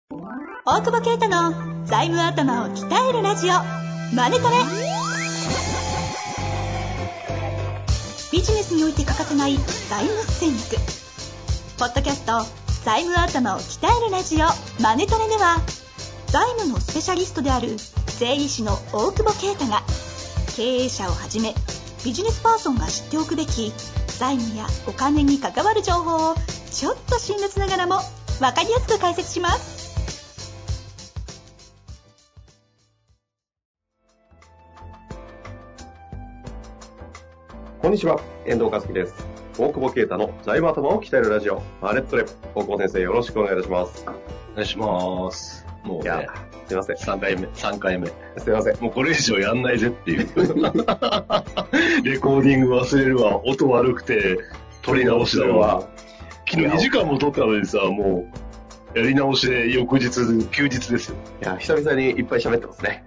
大久保啓太の財務頭を鍛えるラジオマネトレ。ビジネスにおいて欠かせない財務戦略。ポッドキャスト財務頭を鍛えるラジオマネトレでは、財務のスペシャリストである税理士の大久保啓太が、経営者をはじめビジネスパーソンが知っておくべき財務やお金に関わる情報をちょっと辛辣ながらも分かりやすく解説します。 こんにちは、遠藤和樹です。大久保啓太の財務頭を鍛えるラジオマネットレ。大久保先生、よろしくお願いいたします。 お願いします。もうね、 いや、すいません。 3回目。 すいません。 もうこれ以上やんないぜっていう。レコーディング忘れるわ、音悪くて、撮り直しだわ。昨日2時間も撮ったのにさ、もう、やり直しで翌日、休日ですよ。 いや、久々にいっぱい喋ってますね。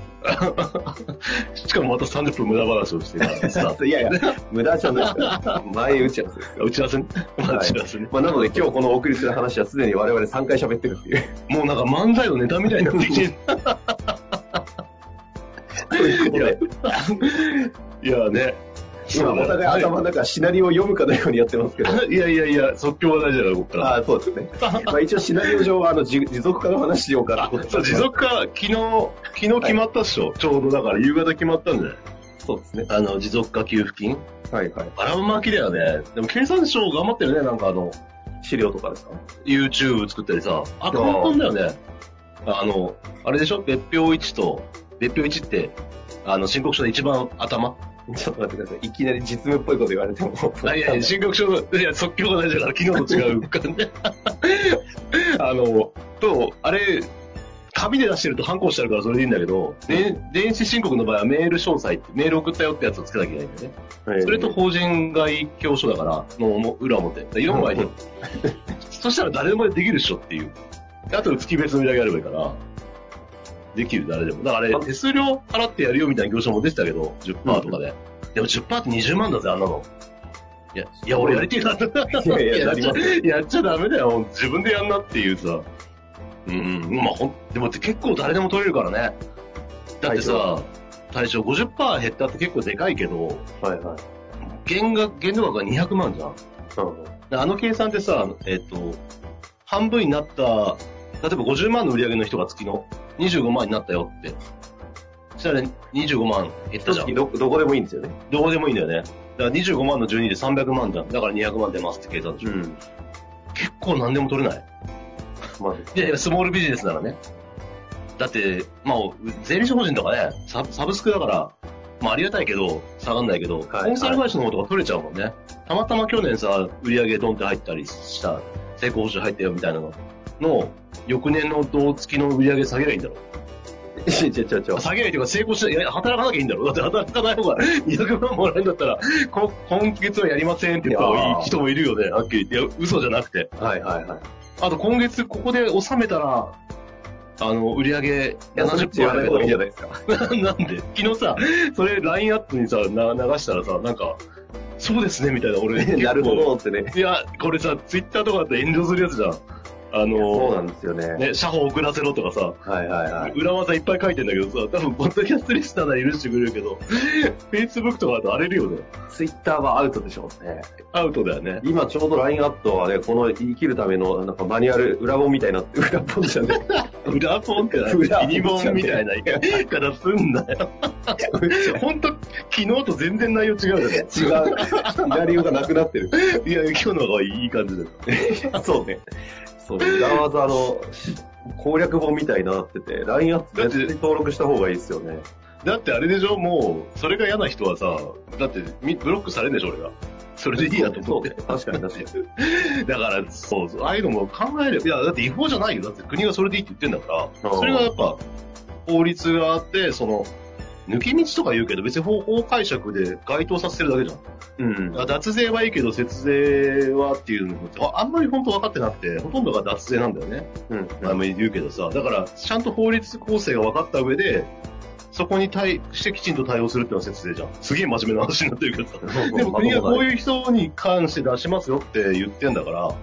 しかもまた30分無駄話をしていやいや、無駄じゃないですか。前打ち合わせです。 打ち合わせね。 なので今日このお送りする話はすでに我々3回喋ってるっていう。 もうなんか漫才のネタみたいになってきてる。いやね。 今お互い頭の中シナリオを読むかのようにやってますけど。 いや、即興が大事だから、ここから。 ああ、そうですね。まあ一応シナリオ上は持続化の話しようかな。 そう、持続化、昨日決まったっしょ。ちょうどだから夕方決まったんじゃない？ そうですね。 持続化給付金。 はいはい。 ばらまきだよね。でも経産省頑張ってるね、なんか資料とかですか？ YouTube 作ったりさ。あ、簡単だよね。あれでしょ？別表1って、申告書の一番頭。 ちょっと待ってください。いきなり実務っぽいこと言われても。 いや、申告書の、即興が大事だから、昨日と違う感じ。あれ、紙で出してると反抗してあるからそれでいいんだけど、電子申告の場合はメール詳細って、メール送ったよってやつをつけなきゃいけないんだよね。それと法人概況書だから、の裏表。4枚で。そしたら誰でもできるっしょっていう。あと月別の売り上げあればいいから、できる誰でも。だから手数料払ってやるよみたいな業者も出てたけど、10% とかで。でも 10% って20万だぜ、あんなの。いや、俺やりてえな。やっちゃダメだよ。自分でやんなっていうさ。まあでも結構誰でも取れるからね。だってさ、対象 50% 減ったって結構でかいけど、 はいはい。 限度額が200万じゃん。計算ってさ、半分になった、例えば50万の売り上げの人が月の25万になったよって。そしたら25万減ったじゃん。 どこでもいいんですよね。 どこでもいいんだよね。だから25万の12で300万じゃん。だから200万出ますって計算でしょ。結構何でも取れない。いや、スモールビジネスならね。だって、まあ、税理士法人とかね、サブスクだから、まあありがたいけど、下がんないけど、コンサル会社の方とか取れちゃうもんね。たまたま去年さ、売り上げドンって入ったりした、成功報酬入ったよみたいなの、翌年の同月の売り上げ下げりゃいいんだろ。下げないというか成功しない、働かなきゃいいんだろ。だって働かない方が200万もらえるんだったら、今月はやりませんって言った方がいい人もいるよね、はっきり言って。いや、嘘じゃなくて。 はいはいはい。 あと今月ここで収めたら、売り上げ 70% やらない方がいいんじゃないですか。 なんで昨日さ、それ LINE アップにさ、流したらさ、なんか、そうですねみたいな、俺なるほどってね。 いや、これさ、ツイッターとかだって炎上するやつじゃん。 そうなんですよね。 社保送らせろとかさ、 はいはいはい。 裏技いっぱい書いてんだけどさ、多分、ポッドキャストリスナーなら許してくれるけど、Facebook とかだと荒れるよね。 Twitter はアウトでしょうね。 アウトだよね。 今ちょうど LINE アットはね、この生きるためのなんかマニュアル、裏本みたいになって、裏本じゃね裏本って何？ミニ本みたいな言い方すんだよ。ほんと、昨日と全然内容違うじゃない？違う。 シナリオがなくなってる。 いや、今日の方がいい感じだよ。 そうね。そう、裏技攻略本みたいになってて、LINE アップ絶対登録した方がいいですよね。 だってあれでしょ、もう、それが嫌な人はさ、だってブロックされるんでしょ、俺が。それでいいやと思って。 確かに。 だから、そう、ああいうのも考えれば、いや、だって違法じゃないよ。だって国がそれでいいって言ってんだから、それがやっぱ、法律があって、抜き道とか言うけど、別に法解釈で該当させてるだけじゃん。脱税はいいけど、節税はっていうのあんまり本当分かってなくて、ほとんどが脱税なんだよね。言うけどさ、だから、ちゃんと法律構成が分かった上で、そこにしてきちんと対応するっていうのは節税じゃん。すげえ真面目な話になってるけどさ。でも国がこういう人に関して出しますよって言ってんだから、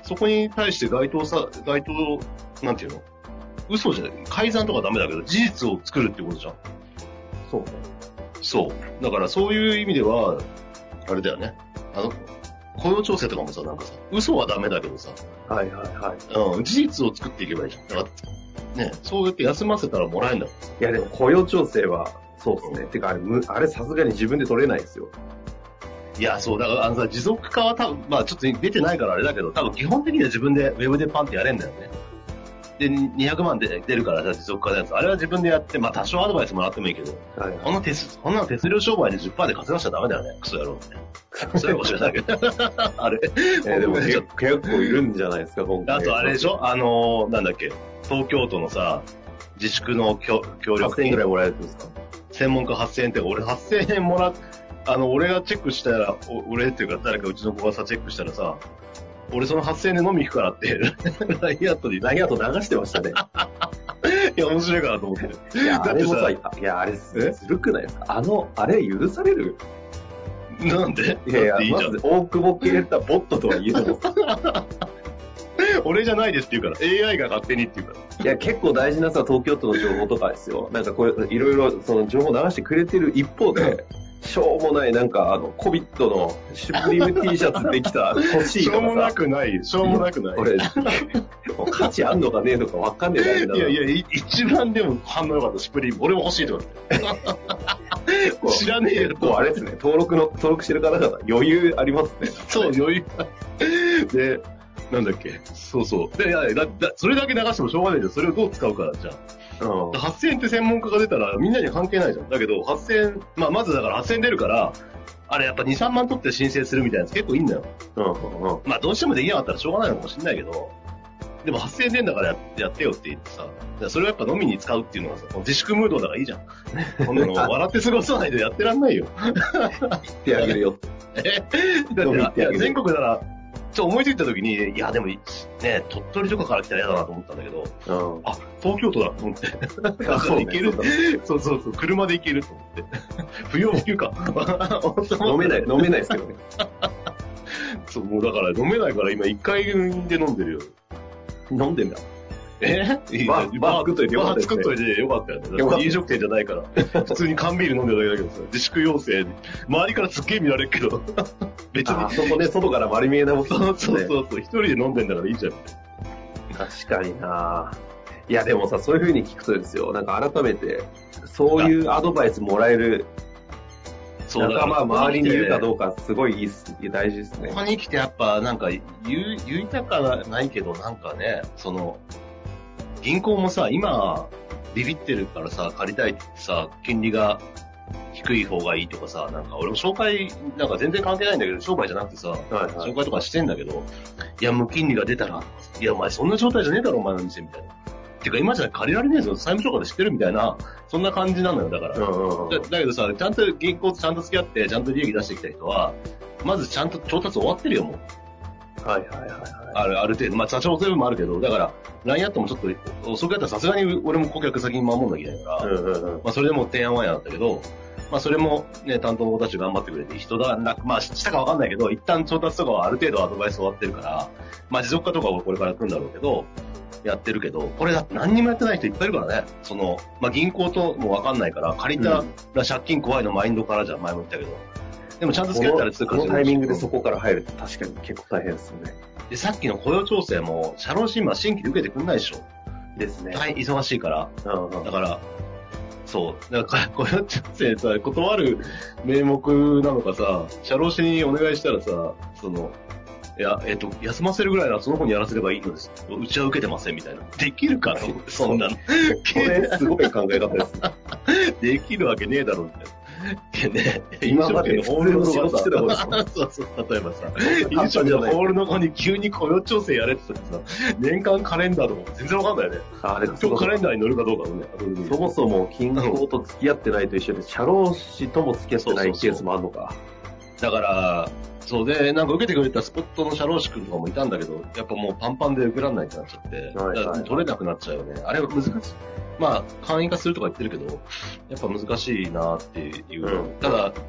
そこに対してなんていうの、嘘じゃない、改ざんとかダメだけど、事実を作るってことじゃん。 そうね。 そう。だからそういう意味では、あれだよね。雇用調整とかもさ、なんかさ、嘘はダメだけどさ、 はいはいはい。 事実を作っていけばいいじゃん。だからね、そうやって休ませたらもらえるんだもん。 いやでも雇用調整は、そうですね。てかあれさすがに自分で取れないですよ。 いや、そう、だからさ、持続化は多分、まあちょっと出てないからあれだけど、多分基本的には自分でウェブでパンってやれんだよね。で、200万で出るからさ、持続化のやつ。あれは自分でやって、まあ多少アドバイスもらってもいいけど、はいはい、こんな手数料商売で 10% で稼がしちゃダメだよね。クソ野郎って。それは教えないけど。あれ。 でも結構いるんじゃないですか、今回。 あとあれでしょなんだっけ、東京都のさ、自粛の協力金。8000円ぐらいもらえるんですか？ 専門家8000円って、俺8000円もらっ俺がチェックしたら、俺っていうか誰かうちの子がさ、チェックしたらさ、俺その8000円で飲み行くからって、ラインアット流してましたね。いや、面白いかなと思って。 いや、あれもさ、いや、あれずるくないですか？あれ許される？ なんで？ いやいや、まず大久保啓太ボットとは言えても俺じゃないですって言うから、AI が勝手にって言うから。 いや、結構大事なさ、東京都の情報とかですよ。なんかこう、いろいろその情報流してくれてる一方で、しょうもない、なんか、コビットのシュプリーム T シャツできた欲しいとかさ。 しょうもなくない。 俺、価値あんのかねえとかわかんねえな。 いや、一番でも反応良かった、シュプリーム。俺も欲しいとか知らねえよ。 もうあれですね、登録してる方々、余裕ありますね。 そう、余裕。で、なんだっけ。そうそう。で、それだけ流してもしょうがないじゃん。それをどう使うから、じゃあ。8000円って専門家が出たらみんなに関係ないじゃん。だけど8000円、まずだから8000円出るから、あれやっぱ2、3万取って申請するみたいなやつ結構いいんだよ。まあどうしてもできなかったらしょうがないのかもしれないけど、でも8000円出んだからやってよって言ってさ、それをやっぱ飲みに使うっていうのはさ、自粛ムードだからいいじゃん。こんなの笑って過ごさないとやってらんないよ。 言ってあげるよ。 だって全国なら、思いついた時に、いやでもね、鳥取とかから来たら嫌だなと思ったんだけど、あ、東京都だと思って。だから行ける。そう、車で行けると思って。不要不急か。 飲めないですけどね。 そう、もうだから飲めないから今1回で飲んでるよ。 飲んでんだ。 バー作っといてよかったですね。バー作っといてよかったよね。飲食店じゃないから。普通に缶ビール飲んでるだけだけどさ、自粛要請、周りからすっげえ見られるけど、別に。 そこね、外から丸見えなもんね。 そう、一人で飲んでんだからいいじゃん。 確かにないや、でもさ、そういう風に聞くとですよ、なんか改めて、そういうアドバイスもらえる、仲間周りにいるかどうか、すごい大事ですね。 ここに来てやっぱ、なんか、言いたかないけど、なんかね、銀行もさ、今、ビビってるからさ、借りたいってさ、金利が低い方がいいとかさ、なんか俺も紹介、なんか全然関係ないんだけど、商売じゃなくてさ、紹介とかしてんだけど、いや、無金利が出たら、いや、お前そんな状態じゃねえだろ、お前の店みたいな。てか今じゃ借りられねえぞ、債務超過で知ってるみたいな、そんな感じなのよ、だから。だけどさ、ちゃんと銀行とちゃんと付き合って、ちゃんと利益出してきた人は、まずちゃんと調達終わってるよ、もう。ある程度。まあ、社長セブンもあるけど、だから、LINE アットもちょっと遅くやったらさすがに俺も顧客先に守んなきゃいけないから、まあ、それでも提案はやだったけど、まあ、それもね、担当の子たち頑張ってくれて、まあ、したかわかんないけど、一旦調達とかはある程度アドバイス終わってるから、まあ、持続化とかはこれから来るんだろうけど、やってるけど、これだって何にもやってない人いっぱいいるからね。まあ、銀行ともわかんないから、借りたら借金怖いのマインドからじゃん、前も言ったけど。でもちゃんと付き合ったらこのタイミングでそこから入るって確かに結構大変ですよね。 で、さっきの雇用調整も、社労士今新規で受けてくんないでしょ。 ですね。 大変忙しいから。だから、そう。だから雇用調整さ、断る名目なのかさ、社労士にお願いしたらさ、いや、休ませるぐらいならその子にやらせればいいのです。うちは受けてませんみたいな。できるかなそんなの。これすごい考え方ですね。 できるわけねえだろ、みたいな。ね、 今までホールの仕事してたことそう、例えばさ、飲食のホールの子に急に雇用調整やれって言ったらさ、年間カレンダーとか全然わかんないよね。今日カレンダーに乗るかどうかもね。 そもそも銀行と付き合ってないと一緒で、社労士とも付き合ってないケースもあるのか。 だから、そうで、なんか受けてくれたスポットの社労士君とかもいたんだけど、やっぱもうパンパンで受けられないってなっちゃって、取れなくなっちゃうよね。あれは難しい。まあ、簡易化するとか言ってるけど、やっぱ難しいなっていう。ただ、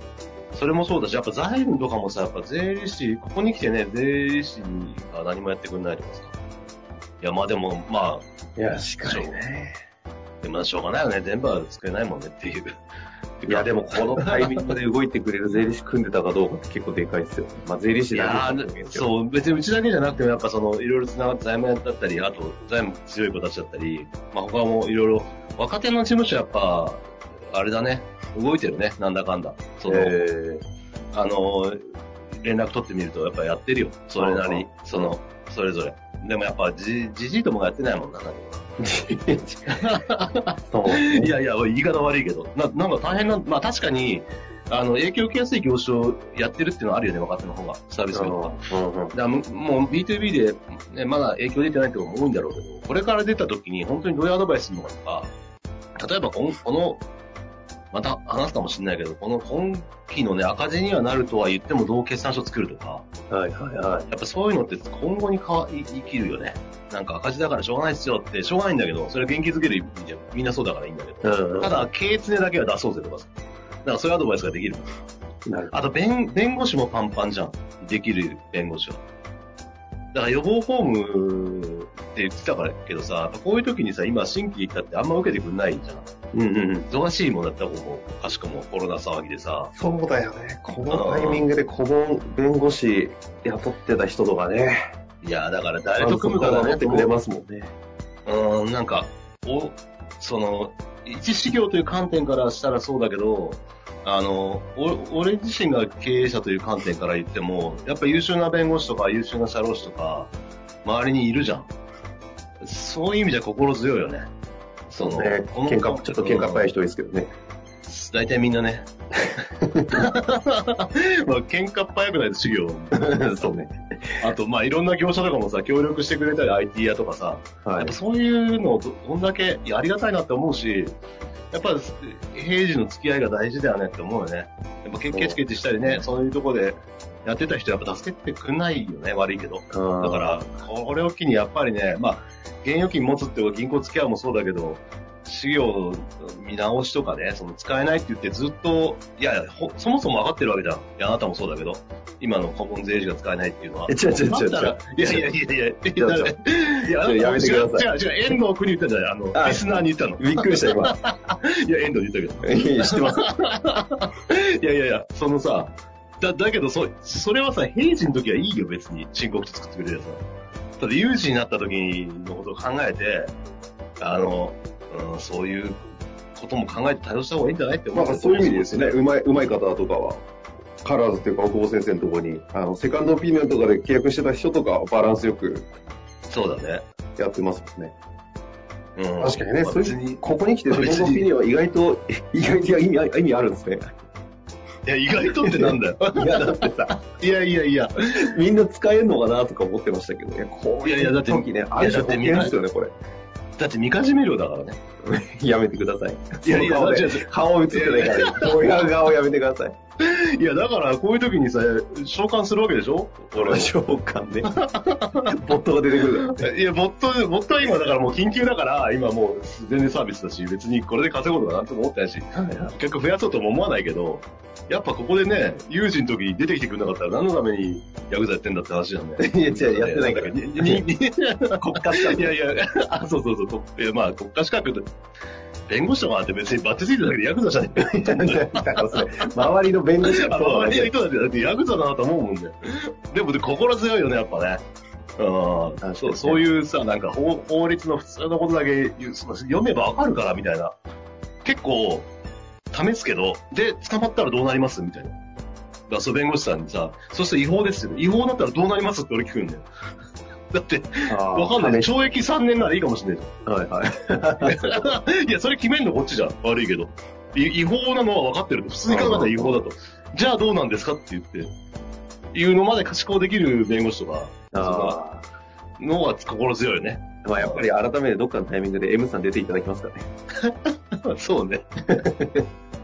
それもそうだし、やっぱ財務とかもさ、やっぱ税理士、ここに来てね、税理士が何もやってくれないとかさ。いや、まあでも、まあ。 いや、しかりね。 でもしょうがないよね。全部は作れないもんねっていう。 いや、でもこのタイミングで動いてくれる税理士組んでたかどうかって結構でかいですよ。まあ税理士だけそう、別にうちだけじゃなくても、やっぱその、いろいろつながって財務だったり、あと財務強い子たちだったり、まあ他もいろいろ、若手の事務所やっぱ、あれだね、動いてるね、なんだかんだ。その、連絡取ってみると、やっぱやってるよ。それなりに、それぞれ。でもやっぱ、じじいともやってないもんな、何も。いやいや、言い方悪いけど。なんか大変な、まあ確かに、影響受けやすい業種をやってるっていうのはあるよね、若手の方が。サービス業とか。だもう B2B で、ね、まだ影響出てないところも多いんだろうけど、これから出た時に本当にどういうアドバイスするのかとか、例えばこの、また話すかもしれないけど、この今期のね、赤字にはなるとは言ってもどう決算書作るとか。 はいはいはい。 やっぱそういうのって今後に生きるよね。なんか赤字だからしょうがないっすよって、しょうがないんだけど、それ元気づける意味でみんなそうだからいいんだけど。ただ、経営常だけは出そうぜとかさ。だからそういうアドバイスができる。 なるほど。 あと弁護士もパンパンじゃん。できる弁護士は。だから予防フォームって言ってたからけどさ、こういう時にさ、今新規行ったってあんま受けてくんないじゃん。忙しいもんだったらかしこもコロナ騒ぎでさ。 そうだよね。このタイミングで顧問弁護士雇ってた人とかね。 いや、だから誰と組むかが持ってくれますもんね。 なんか、一事業という観点からしたらそうだけど、俺自身が経営者という観点から言っても、やっぱ優秀な弁護士とか優秀な社労士とか、周りにいるじゃん。そういう意味じゃ心強いよね。 そうね。ちょっと喧嘩っ早い人ですけどね。 大体みんなね。まあ、喧嘩っ早くないと修行。 そうね。 あと、まあ、いろんな業者とかもさ、協力してくれたり IT 屋とかさ、やっぱそういうのをどんだけありがたいなって思うし、やっぱ平時の付き合いが大事だよねって思うよね。やっぱケチケチしたりね、そういうとこでやってた人やっぱ助けてくんないよね、悪いけど。だから、これを機にやっぱりね、まあ、現預金持つって銀行付き合うもそうだけど、事業見直しとかね、使えないって言ってずっと、いや、そもそも分かってるわけじゃん。いや、あなたもそうだけど、今の顧問税理士が使えないっていうのは。 違う。 いや、 やめてください。 違う、遠藤君に言ったんじゃない、リスナーに言ったの。 びっくりした、今。 いや、遠藤に言ったけど。 いや、知ってます。 いや、だけど、それはさ、平時の時はいいよ、別に。申告書作ってくれるやつは。ただ、有事になった時のことを考えて、そういうことも考えて対応した方がいいんじゃないって思う。 まあ、そういう意味でですね、うまい方とかは、カラーズっていうか、大久保先生のところに、セカンドオピニオンとかで契約してた人とか、バランスよく、 そうだね。 やってますもんね。確かにね、 まあ、 ここに来てセカンドオピニオンは意外と意味あるんですね。 いや、意外とってなんだよ。 いや、だってさ、 いや。 みんな使えんのかなとか思ってましたけどね。 いや、だって、 ある種保険ですよね、これ。 だって、みかじめ料だからね。 やめてください。 いや、 顔映ってないから、親顔やめてください。 いや、だから、こういう時にさ、召喚するわけでしょ？ 召喚ね。ボットが出てくるから。 いや、ボットは今だからもう緊急だから、今もう全然サービスだし、別にこれで稼ごうとかなんとも思ってないし、結構増やそうとも思わないけど、やっぱここでね、有事の時に出てきてくれなかったら何のためにヤクザやってんだって話なんだよ。 いや、違う、やってないから。国家資格。 いや、そう。まあ、国家資格って、弁護士とかって別にバッチついてるだけでヤクザじゃねえか。 だからそれ、周りの弁護士が周りの人だってヤクザだなと思うもんね。でも心強いよね、やっぱね。そういうさ、なんか法律の普通のことだけ読めばわかるからみたいな。結構、試すけど、で、捕まったらどうなりますみたいな。だからそう弁護士さんにさ、そうすると違法ですよ。違法だったらどうなりますって俺聞くんだよ。だって、わかんない。懲役3年ならいいかもしれないじゃん。はい。いや、それ決めんのこっちじゃん。悪いけど。違法なのは分かってる。普通に考えたら違法だと。じゃあどうなんですかって言って、いうのまで可視化できる弁護士とか、のが心強いよね。 まあやっぱり改めてどっかのタイミングで M さん出ていただきますかね。 そうね。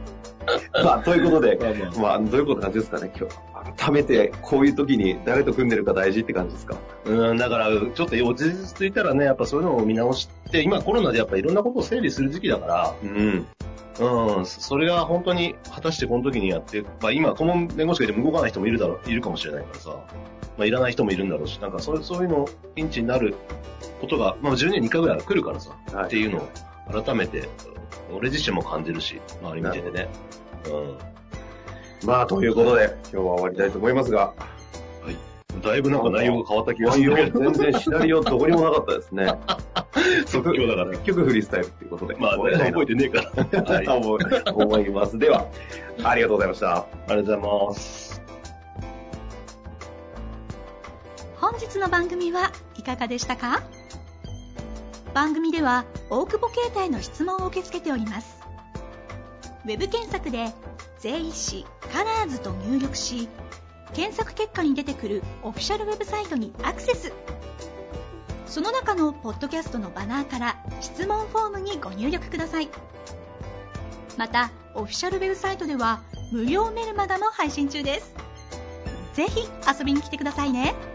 まあ、ということで、まあ、どういうこと感じですかね、今日。改めて、こういう時に誰と組んでるか大事って感じですか？ だから、ちょっと落ち着いたらね、やっぱそういうのを見直して、今コロナでやっぱいろんなことを整理する時期だから、それが本当に果たしてこの時にやって、まあ今顧問弁護士がいても動かない人もいるかもしれないからさ、まあいらない人もいるんだろうし、なんかそういうのピンチになることが、まあ10年に1回ぐらい来るからさ、っていうのを改めて、俺自身も感じるし、周り見ててね。 まあということで、今日は終わりたいと思いますが、はい。 だいぶなんか内容が変わった気がするけど。 全然シナリオどこにもなかったですね。 即興だから。 結局フリースタイルっていうことで。 まあ、覚えてねえから。 はい。思います。では、ありがとうございました。 ありがとうございます。 本日の番組はいかがでしたか？番組では大久保携帯の質問を受け付けております。ウェブ検索で税理士カラーズと入力し、検索結果に出てくるオフィシャルウェブサイトにアクセス。その中のポッドキャストのバナーから質問フォームにご入力ください。またオフィシャルウェブサイトでは無料メルマガも配信中です。ぜひ遊びに来てくださいね。